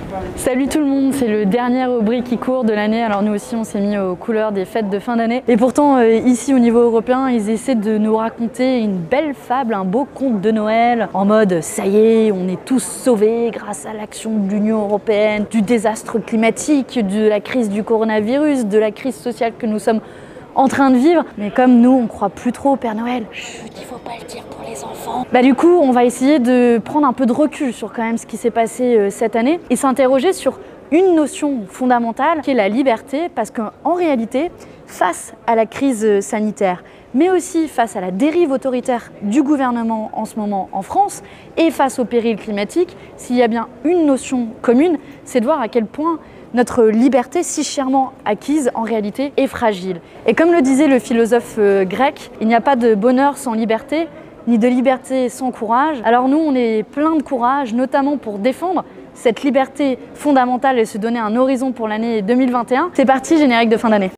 Salut tout le monde, c'est le dernier Aubry qui court de l'année, alors nous aussi on s'est mis aux couleurs des fêtes de fin d'année. Et pourtant ici au niveau européen, ils essaient de nous raconter une belle fable, un beau conte de Noël, en mode ça y est, on est tous sauvés grâce à l'action de l'Union européenne, du désastre climatique, de la crise du coronavirus, de la crise sociale que nous sommes en train de vivre. Mais comme nous, on croit plus trop au Père Noël, chut, il faut pas le dire pour les enfants. Du coup, on va essayer de prendre un peu de recul sur quand même ce qui s'est passé cette année et s'interroger sur une notion fondamentale qui est la liberté, parce qu'en réalité, face à la crise sanitaire, mais aussi face à la dérive autoritaire du gouvernement en ce moment en France et face au péril climatique, s'il y a bien une notion commune, c'est de voir à quel point notre liberté, si chèrement acquise, en réalité, est fragile. Et comme le disait le philosophe grec, il n'y a pas de bonheur sans liberté, ni de liberté sans courage. Alors nous, on est plein de courage, notamment pour défendre cette liberté fondamentale et se donner un horizon pour l'année 2021. C'est parti, générique de fin d'année.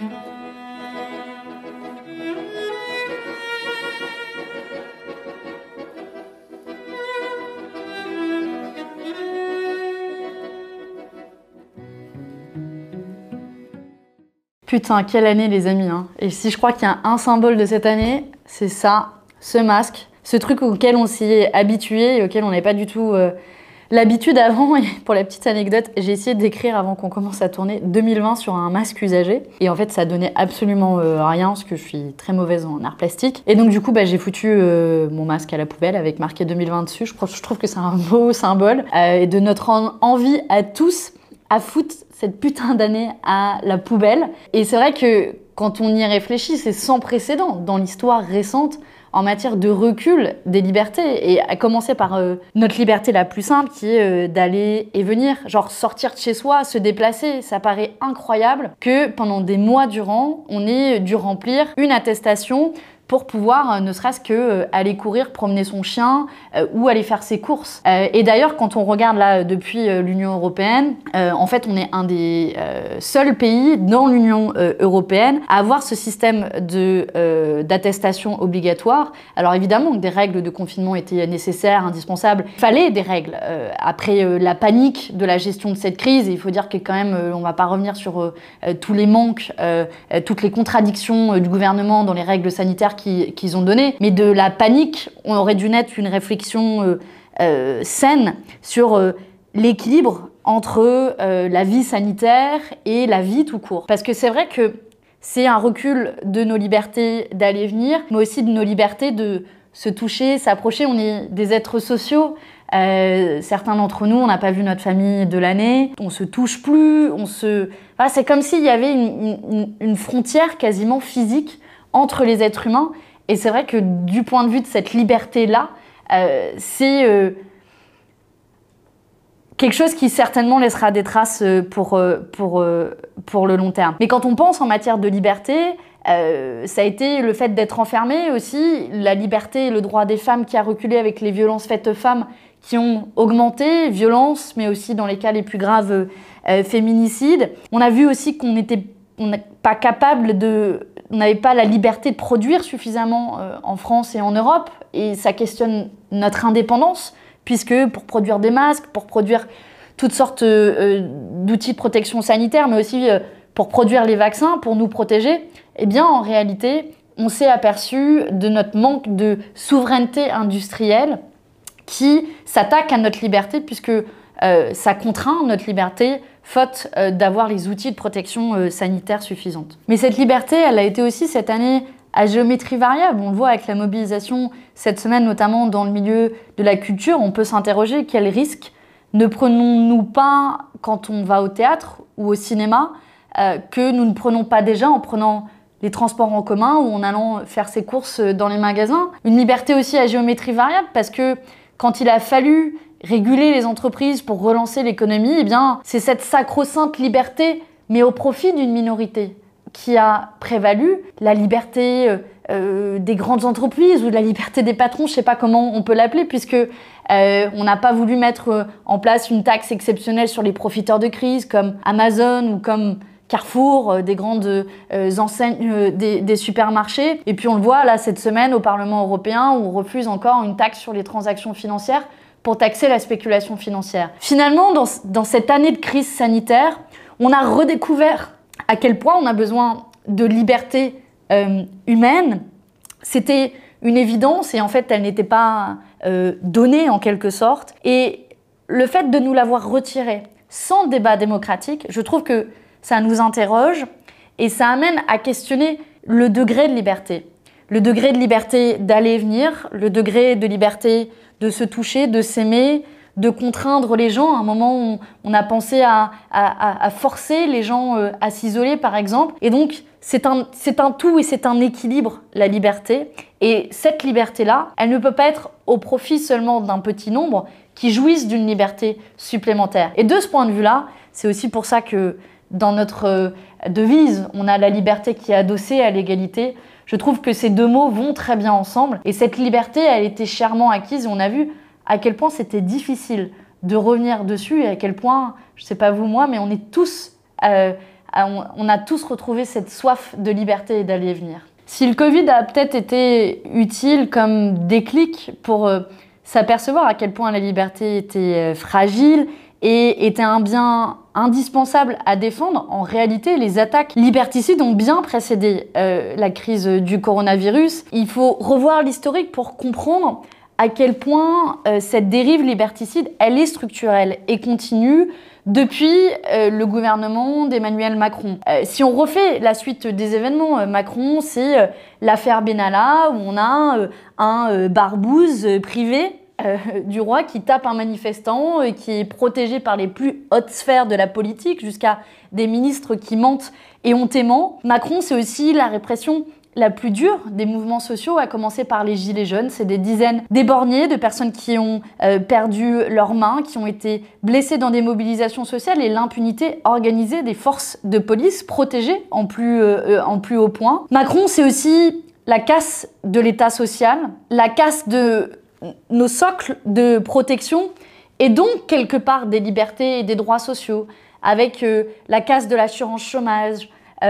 Putain, quelle année les amis, hein. Et si je crois qu'il y a un symbole de cette année, c'est ça, ce masque, ce truc auquel on s'y est habitué et auquel on n'avait pas du tout l'habitude avant. Et pour la petite anecdote, j'ai essayé d'écrire avant qu'on commence à tourner 2020 sur un masque usagé. Et en fait, ça donnait absolument rien parce que je suis très mauvaise en art plastique. Et donc du coup, j'ai foutu mon masque à la poubelle avec marqué 2020 dessus. Je trouve que c'est un beau symbole et de notre envie à tous à foutre cette putain d'année à la poubelle. Et c'est vrai que quand on y réfléchit, c'est sans précédent dans l'histoire récente en matière de recul des libertés, et à commencer par notre liberté la plus simple qui est d'aller et venir, genre sortir de chez soi, se déplacer. Ça paraît incroyable que pendant des mois durant, on ait dû remplir une attestation pour pouvoir ne serait-ce que aller courir, promener son chien ou aller faire ses courses. Et d'ailleurs, quand on regarde là depuis l'Union européenne, en fait, on est un des seuls pays dans l'Union européenne à avoir ce système d'attestation obligatoire. Alors évidemment que des règles de confinement étaient nécessaires, indispensables. Il fallait des règles. Après la panique de la gestion de cette crise, et il faut dire que quand même, on ne va pas revenir sur tous les manques, toutes les contradictions du gouvernement dans les règles sanitaires qu'ils ont donné, mais de la panique, on aurait dû naître une réflexion saine sur l'équilibre entre la vie sanitaire et la vie tout court. Parce que c'est vrai que c'est un recul de nos libertés d'aller et venir, mais aussi de nos libertés de se toucher, s'approcher. On est des êtres sociaux. Certains d'entre nous, on n'a pas vu notre famille de l'année, on se touche plus, Voilà, c'est comme s'il y avait une frontière quasiment physique entre les êtres humains. Et c'est vrai que du point de vue de cette liberté-là, c'est quelque chose qui certainement laissera des traces pour le long terme. Mais quand on pense en matière de liberté, ça a été le fait d'être enfermé aussi, la liberté et le droit des femmes qui a reculé avec les violences faites aux femmes qui ont augmenté, violences, mais aussi dans les cas les plus graves, féminicides. On a vu aussi qu'on n'est pas capable on n'avait pas la liberté de produire suffisamment en France et en Europe, et ça questionne notre indépendance, puisque pour produire des masques, pour produire toutes sortes d'outils de protection sanitaire, mais aussi pour produire les vaccins, pour nous protéger, eh bien en réalité, on s'est aperçu de notre manque de souveraineté industrielle qui s'attaque à notre liberté, puisque ça contraint notre liberté, faute d'avoir les outils de protection sanitaire suffisante. Mais cette liberté, elle a été aussi cette année à géométrie variable. On le voit avec la mobilisation cette semaine, notamment dans le milieu de la culture. On peut s'interroger quels risques ne prenons-nous pas quand on va au théâtre ou au cinéma que nous ne prenons pas déjà en prenant les transports en commun ou en allant faire ses courses dans les magasins. Une liberté aussi à géométrie variable parce que quand il a fallu réguler les entreprises pour relancer l'économie, eh bien, c'est cette sacro-sainte liberté, mais au profit d'une minorité, qui a prévalu. La liberté des grandes entreprises ou de la liberté des patrons, je ne sais pas comment on peut l'appeler, puisque on n'a pas voulu mettre en place une taxe exceptionnelle sur les profiteurs de crise, comme Amazon ou comme Carrefour, des grandes enseignes des supermarchés. Et puis on le voit là cette semaine au Parlement européen où on refuse encore une taxe sur les transactions financières pour taxer la spéculation financière. Finalement, dans cette année de crise sanitaire, on a redécouvert à quel point on a besoin de liberté humaine. C'était une évidence et en fait, elle n'était pas donnée en quelque sorte. Et le fait de nous l'avoir retirée sans débat démocratique, je trouve que ça nous interroge et ça amène à questionner le degré de liberté. Le degré de liberté d'aller et venir, le degré de liberté de se toucher, de s'aimer, de contraindre les gens. À un moment, on a pensé à forcer les gens à s'isoler, par exemple. Et donc, c'est un tout et c'est un équilibre, la liberté. Et cette liberté-là, elle ne peut pas être au profit seulement d'un petit nombre qui jouissent d'une liberté supplémentaire. Et de ce point de vue-là, c'est aussi pour ça que dans notre devise, on a la liberté qui est adossée à l'égalité. Je trouve que ces deux mots vont très bien ensemble. Et cette liberté, elle était chèrement acquise. Et on a vu à quel point c'était difficile de revenir dessus et à quel point, je ne sais pas vous, moi, mais on est tous, on a tous retrouvé cette soif de liberté et d'aller et venir. Si le Covid a peut-être été utile comme déclic pour s'apercevoir à quel point la liberté était fragile et était un bien indispensable à défendre, en réalité, les attaques liberticides ont bien précédé la crise du coronavirus. Il faut revoir l'historique pour comprendre à quel point cette dérive liberticide, elle est structurelle et continue depuis le gouvernement d'Emmanuel Macron. Si on refait la suite des événements, Macron, c'est l'affaire Benalla, où on a un barbouze privé du roi qui tape un manifestant, qui est protégé par les plus hautes sphères de la politique, jusqu'à des ministres qui mentent éhontément. Macron, c'est aussi la répression la plus dure des mouvements sociaux, à commencer par les Gilets jaunes. C'est des dizaines d'éborgnés, de personnes qui ont perdu leurs mains, qui ont été blessées dans des mobilisations sociales et l'impunité organisée des forces de police protégées en plus haut point. Macron, c'est aussi la casse de l'État social, la casse de nos socles de protection et donc quelque part des libertés et des droits sociaux, avec la casse de l'assurance chômage,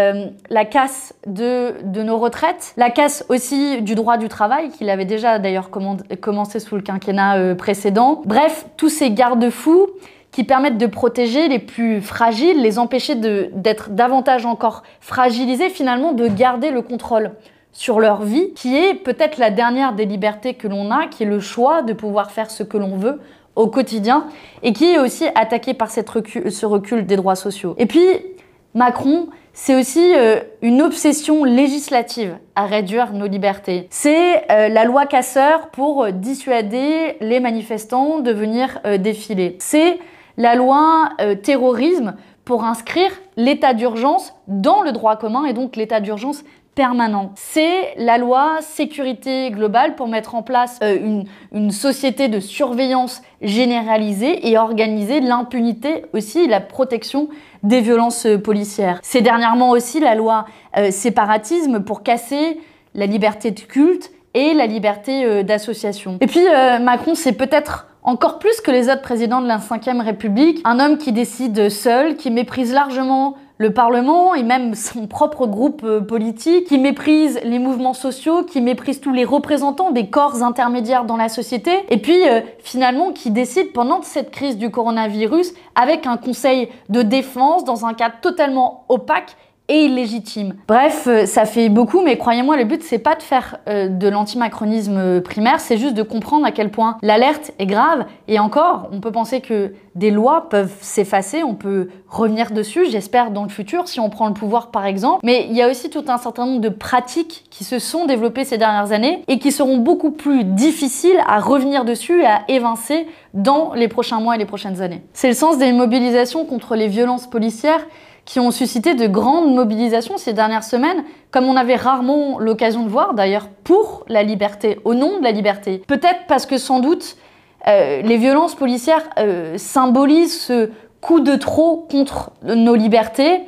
la casse de nos retraites, la casse aussi du droit du travail, qu'il avait déjà d'ailleurs commencé sous le quinquennat précédent. Bref, tous ces garde-fous qui permettent de protéger les plus fragiles, les empêcher d'être davantage encore fragilisés, finalement de garder le contrôle sur leur vie, qui est peut-être la dernière des libertés que l'on a, qui est le choix de pouvoir faire ce que l'on veut au quotidien, et qui est aussi attaqué par ce recul des droits sociaux. Et puis, Macron, c'est aussi une obsession législative à réduire nos libertés. C'est la loi casseur pour dissuader les manifestants de venir défiler. C'est la loi terrorisme pour inscrire l'état d'urgence dans le droit commun et donc l'état d'urgence permanent. C'est la loi sécurité globale pour mettre en place une société de surveillance généralisée et organiser l'impunité aussi, la protection des violences policières. C'est dernièrement aussi la loi séparatisme pour casser la liberté de culte et la liberté d'association. Et puis Macron, c'est peut-être encore plus que les autres présidents de la Ve République, un homme qui décide seul, qui méprise largement le Parlement et même son propre groupe politique, qui méprise les mouvements sociaux, qui méprise tous les représentants des corps intermédiaires dans la société, et puis finalement qui décide pendant cette crise du coronavirus avec un conseil de défense dans un cadre totalement opaque et illégitime. Bref, ça fait beaucoup, mais croyez-moi, le but, c'est pas de faire de l'antimacronisme primaire, c'est juste de comprendre à quel point l'alerte est grave. Et encore, on peut penser que des lois peuvent s'effacer, on peut revenir dessus, j'espère, dans le futur, si on prend le pouvoir, par exemple. Mais il y a aussi tout un certain nombre de pratiques qui se sont développées ces dernières années et qui seront beaucoup plus difficiles à revenir dessus et à évincer dans les prochains mois et les prochaines années. C'est le sens des mobilisations contre les violences policières qui ont suscité de grandes mobilisations ces dernières semaines, comme on avait rarement l'occasion de voir d'ailleurs pour la liberté, au nom de la liberté. Peut-être parce que sans doute les violences policières symbolisent ce coup de trop contre nos libertés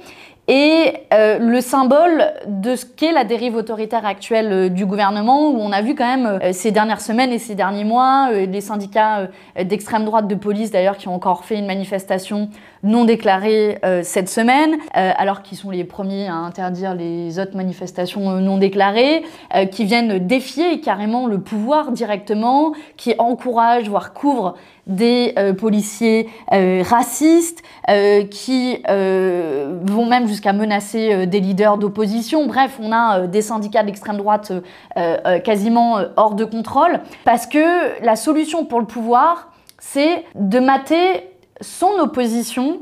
et le symbole de ce qu'est la dérive autoritaire actuelle du gouvernement, où on a vu quand même ces dernières semaines et ces derniers mois les syndicats d'extrême droite de police d'ailleurs qui ont encore fait une manifestation non déclarée cette semaine, alors qu'ils sont les premiers à interdire les autres manifestations non déclarées, qui viennent défier carrément le pouvoir directement, qui encouragent, voire couvrent des policiers racistes, qui vont même jusqu'à menacer des leaders d'opposition. Bref, on a des syndicats d'extrême droite quasiment hors de contrôle, parce que la solution pour le pouvoir, c'est de mater son opposition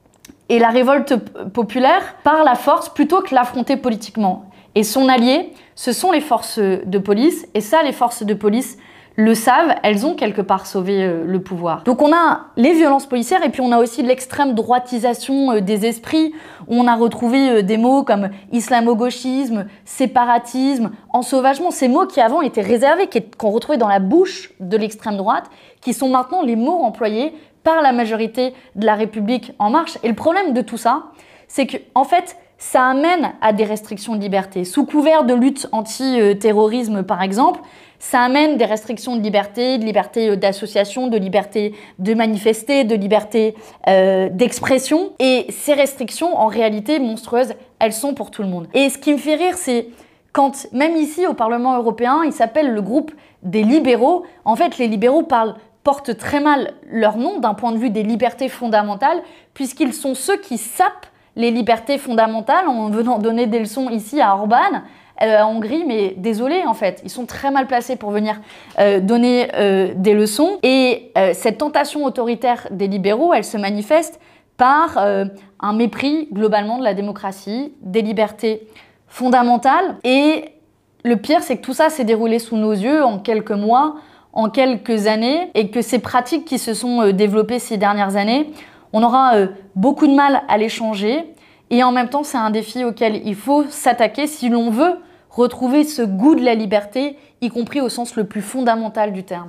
et la révolte populaire par la force plutôt que l'affronter politiquement. Et son allié, ce sont les forces de police, et ça, les forces de police le savent, elles ont quelque part sauvé le pouvoir. Donc on a les violences policières et puis on a aussi l'extrême droitisation des esprits, où on a retrouvé des mots comme islamo-gauchisme, séparatisme, ensauvagement, ces mots qui avant étaient réservés, qu'on retrouvait dans la bouche de l'extrême droite, qui sont maintenant les mots employés par la majorité de la République en marche. Et le problème de tout ça, c'est que en fait, ça amène à des restrictions de liberté. Sous couvert de lutte anti-terrorisme, par exemple, ça amène des restrictions de liberté d'association, de liberté de manifester, de liberté d'expression. Et ces restrictions, en réalité monstrueuses, elles sont pour tout le monde. Et ce qui me fait rire, c'est quand, même ici au Parlement européen, il s'appelle le groupe des libéraux. En fait, les libéraux portent très mal leur nom d'un point de vue des libertés fondamentales, puisqu'ils sont ceux qui sapent les libertés fondamentales en venant donner des leçons ici à Orban, en Hongrie, mais désolé en fait, ils sont très mal placés pour venir donner des leçons. Et cette tentation autoritaire des libéraux, elle se manifeste par un mépris globalement de la démocratie, des libertés fondamentales. Et le pire, c'est que tout ça s'est déroulé sous nos yeux en quelques mois, en quelques années, et que ces pratiques qui se sont développées ces dernières années, on aura beaucoup de mal à les changer. Et en même temps, c'est un défi auquel il faut s'attaquer si l'on veut retrouver ce goût de la liberté, y compris au sens le plus fondamental du terme.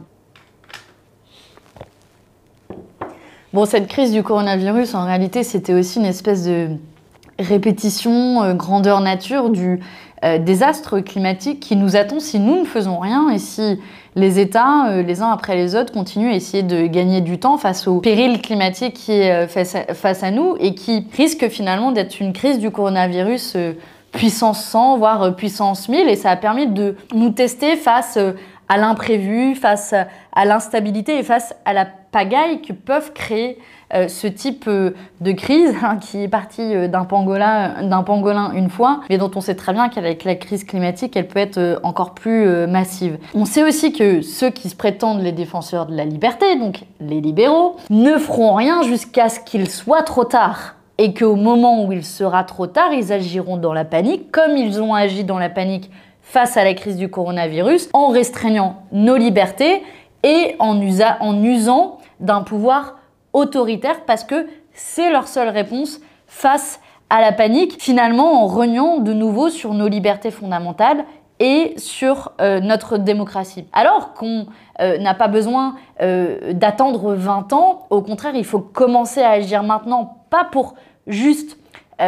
Bon, cette crise du coronavirus, en réalité, c'était aussi une espèce de répétition, grandeur nature du désastre climatique qui nous attend si nous ne faisons rien et si les États, les uns après les autres, continuent à essayer de gagner du temps face au péril climatique qui est face à nous et qui risque finalement d'être une crise du coronavirus puissance 100, voire puissance 1000. Et ça a permis de nous tester face à l'imprévu, face à l'instabilité et face à la pagaille que peuvent créer ce type de crise qui est partie d'un pangolin une fois, mais dont on sait très bien qu'avec la crise climatique, elle peut être encore plus massive. On sait aussi que ceux qui se prétendent les défenseurs de la liberté, donc les libéraux, ne feront rien jusqu'à ce qu'il soit trop tard. Et qu'au moment où il sera trop tard, ils agiront dans la panique, comme ils ont agi dans la panique face à la crise du coronavirus, en restreignant nos libertés et en usant d'un pouvoir autoritaire, parce que c'est leur seule réponse face à la panique, finalement en reniant de nouveau sur nos libertés fondamentales et sur notre démocratie. Alors qu'on n'a pas besoin d'attendre 20 ans, au contraire, il faut commencer à agir maintenant, pas pour juste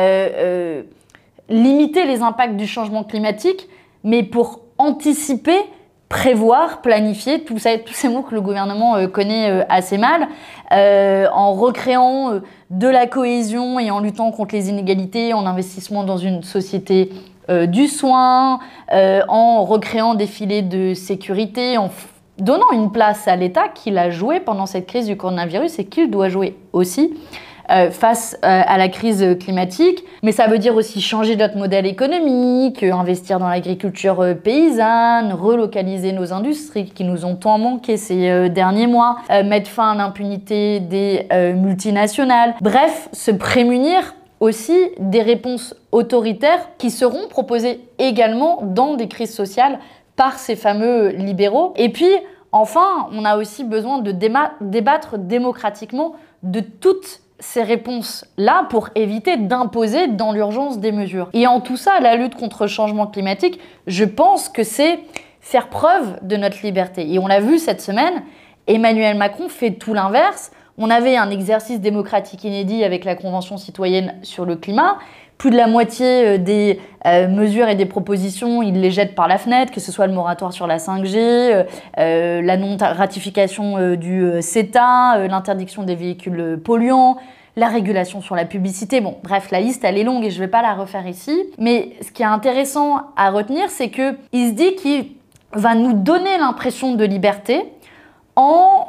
limiter les impacts du changement climatique, mais pour anticiper, prévoir, planifier, tous ces mots que le gouvernement connaît assez mal, en recréant de la cohésion et en luttant contre les inégalités, en investissement dans une société du soin, en recréant des filets de sécurité, en donnant une place à l'État qu'il a joué pendant cette crise du coronavirus et qu'il doit jouer aussi face à la crise climatique. Mais ça veut dire aussi changer notre modèle économique, investir dans l'agriculture paysanne, relocaliser nos industries qui nous ont tant manqué ces derniers mois, mettre fin à l'impunité des multinationales. Bref, se prémunir aussi des réponses autoritaires qui seront proposées également dans des crises sociales par ces fameux libéraux. Et puis, enfin, on a aussi besoin de débattre démocratiquement de toutes ces réponses-là pour éviter d'imposer dans l'urgence des mesures. Et en tout ça, la lutte contre le changement climatique, je pense que c'est faire preuve de notre liberté. Et on l'a vu cette semaine, Emmanuel Macron fait tout l'inverse. On avait un exercice démocratique inédit avec la Convention citoyenne sur le climat. Plus de la moitié des mesures et des propositions, ils les jettent par la fenêtre, que ce soit le moratoire sur la 5G, la non-ratification du CETA, l'interdiction des véhicules polluants, la régulation sur la publicité. Bon, bref, la liste, elle est longue et je ne vais pas la refaire ici. Mais ce qui est intéressant à retenir, c'est qu'il se dit qu'il va nous donner l'impression de liberté en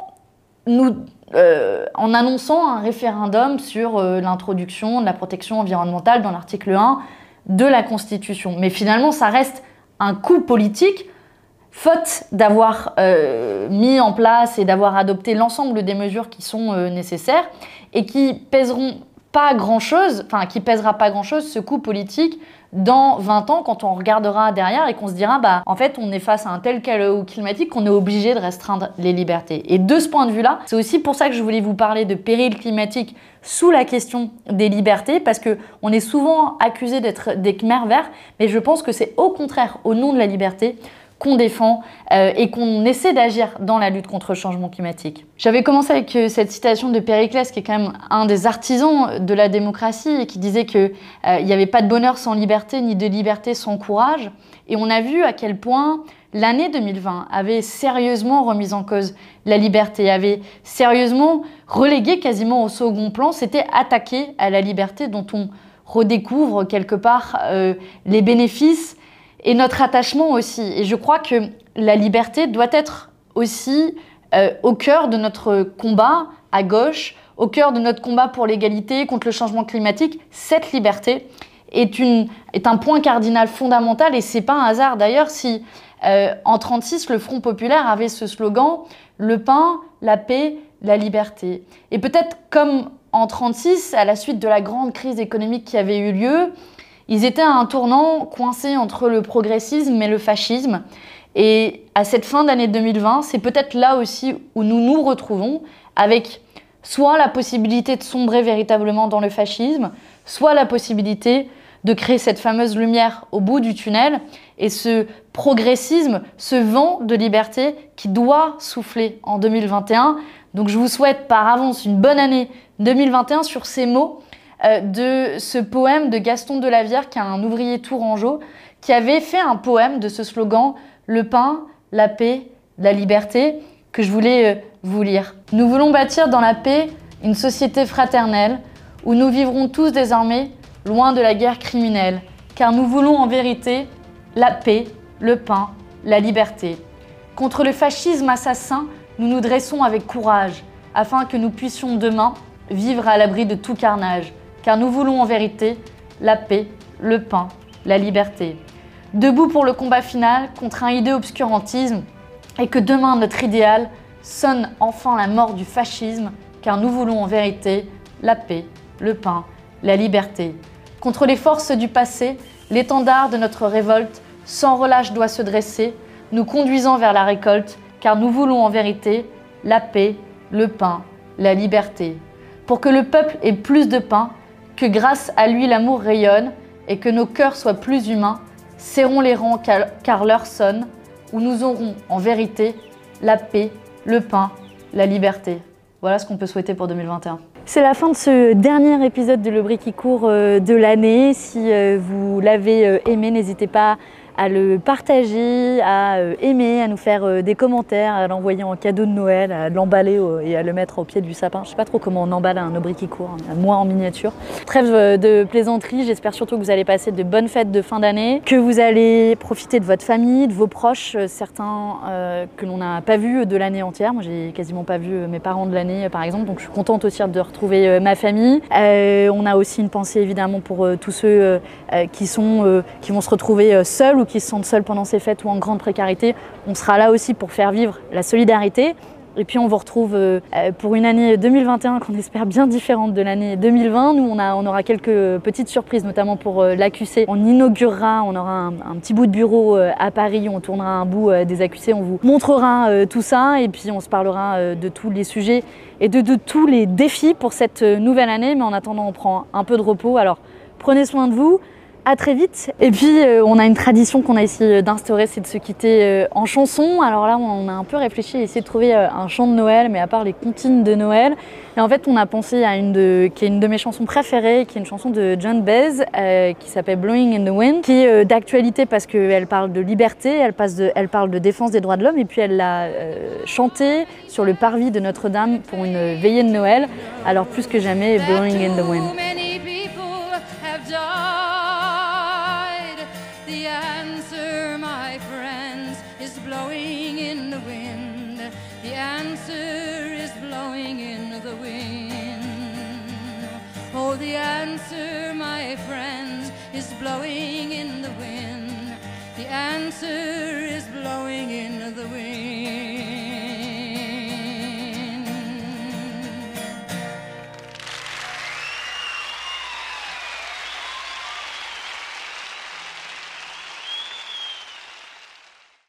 annonçant un référendum sur l'introduction de la protection environnementale dans l'article 1 de la Constitution. Mais finalement, ça reste un coup politique, faute d'avoir mis en place et d'avoir adopté l'ensemble des mesures qui sont nécessaires et qui pèseront pas grand-chose, enfin qui pèsera pas grand-chose, ce coup politique, dans 20 ans, quand on regardera derrière et qu'on se dira, bah, en fait, on est face à un tel chaos climatique qu'on est obligé de restreindre les libertés. Et de ce point de vue-là, c'est aussi pour ça que je voulais vous parler de péril climatique sous la question des libertés, parce qu'on est souvent accusé d'être des Khmers verts, mais je pense que c'est au contraire, au nom de la liberté, qu'on défend et qu'on essaie d'agir dans la lutte contre le changement climatique. J'avais commencé avec cette citation de Périclès, qui est quand même un des artisans de la démocratie et qui disait qu'il n'y avait pas de bonheur sans liberté, ni de liberté sans courage. Et on a vu à quel point l'année 2020 avait sérieusement remis en cause la liberté, avait sérieusement relégué quasiment au second plan, s'était attaqué à la liberté dont on redécouvre quelque part les bénéfices et notre attachement aussi. Et je crois que la liberté doit être aussi au cœur de notre combat à gauche, au cœur de notre combat pour l'égalité, contre le changement climatique. Cette liberté est un point cardinal fondamental et c'est pas un hasard d'ailleurs si en 1936 le Front populaire avait ce slogan « Le pain, la paix, la liberté ». Et peut-être comme en 1936, à la suite de la grande crise économique qui avait eu lieu, ils étaient à un tournant coincé entre le progressisme et le fascisme. Et à cette fin d'année 2020, c'est peut-être là aussi où nous nous retrouvons avec soit la possibilité de sombrer véritablement dans le fascisme, soit la possibilité de créer cette fameuse lumière au bout du tunnel et ce progressisme, ce vent de liberté qui doit souffler en 2021. Donc je vous souhaite par avance une bonne année 2021 sur ces mots de ce poème de Gaston Delavière, qui est un ouvrier tourangeau, qui avait fait un poème de ce slogan « Le pain, la paix, la liberté » que je voulais vous lire. Nous voulons bâtir dans la paix une société fraternelle où nous vivrons tous désormais loin de la guerre criminelle, car nous voulons en vérité la paix, le pain, la liberté. Contre le fascisme assassin, nous nous dressons avec courage, afin que nous puissions demain vivre à l'abri de tout carnage, car nous voulons en vérité la paix, le pain, la liberté. Debout pour le combat final contre un hideux obscurantisme, et que demain notre idéal sonne enfin la mort du fascisme, car nous voulons en vérité la paix, le pain, la liberté. Contre les forces du passé, l'étendard de notre révolte sans relâche doit se dresser, nous conduisant vers la récolte, car nous voulons en vérité la paix, le pain, la liberté. Pour que le peuple ait plus de pain, que grâce à lui l'amour rayonne et que nos cœurs soient plus humains, serrons les rangs car l'heure sonne, où nous aurons en vérité la paix, le pain, la liberté. Voilà ce qu'on peut souhaiter pour 2021. C'est la fin de ce dernier épisode de Le Bruit qui court de l'année. Si vous l'avez aimé, n'hésitez pas à le partager, à aimer, à nous faire des commentaires, à l'envoyer en cadeau de Noël, à l'emballer et à le mettre au pied du sapin. Je ne sais pas trop comment on emballe un obris qui court, moi en miniature. Trêve de plaisanterie, j'espère surtout que vous allez passer de bonnes fêtes de fin d'année, que vous allez profiter de votre famille, de vos proches, certains que l'on n'a pas vus de l'année entière. Moi j'ai quasiment pas vu mes parents de l'année par exemple, donc je suis contente aussi de retrouver ma famille. On a aussi une pensée évidemment pour tous ceux qui vont se retrouver seuls ou qui se sentent seuls pendant ces fêtes ou en grande précarité. On sera là aussi pour faire vivre la solidarité. Et puis on vous retrouve pour une année 2021 qu'on espère bien différente de l'année 2020. Nous, on aura quelques petites surprises, notamment pour l'AQC. On inaugurera, on aura un petit bout de bureau à Paris, on tournera un bout des AQC, on vous montrera tout ça et puis on se parlera de tous les sujets et de tous les défis pour cette nouvelle année. Mais en attendant, on prend un peu de repos. Alors prenez soin de vous. à très vite. Et puis on a une tradition qu'on a essayé d'instaurer, c'est de se quitter en chanson. Alors là on a un peu réfléchi à essayer de trouver un chant de Noël, mais à part les comptines de Noël. Et en fait on a pensé à qui est une de mes chansons préférées, qui est une chanson de John Baez, qui s'appelle Blowing in the Wind, qui est d'actualité parce qu'elle parle de liberté, elle parle de défense des droits de l'homme, et puis elle l'a chantée sur le parvis de Notre-Dame pour une veillée de Noël. Alors plus que jamais, Blowing in the Wind. The answer, my friends, is blowing in the wind. The answer is blowing in the wind. Oh, the answer, my friends, is blowing in the wind. The answer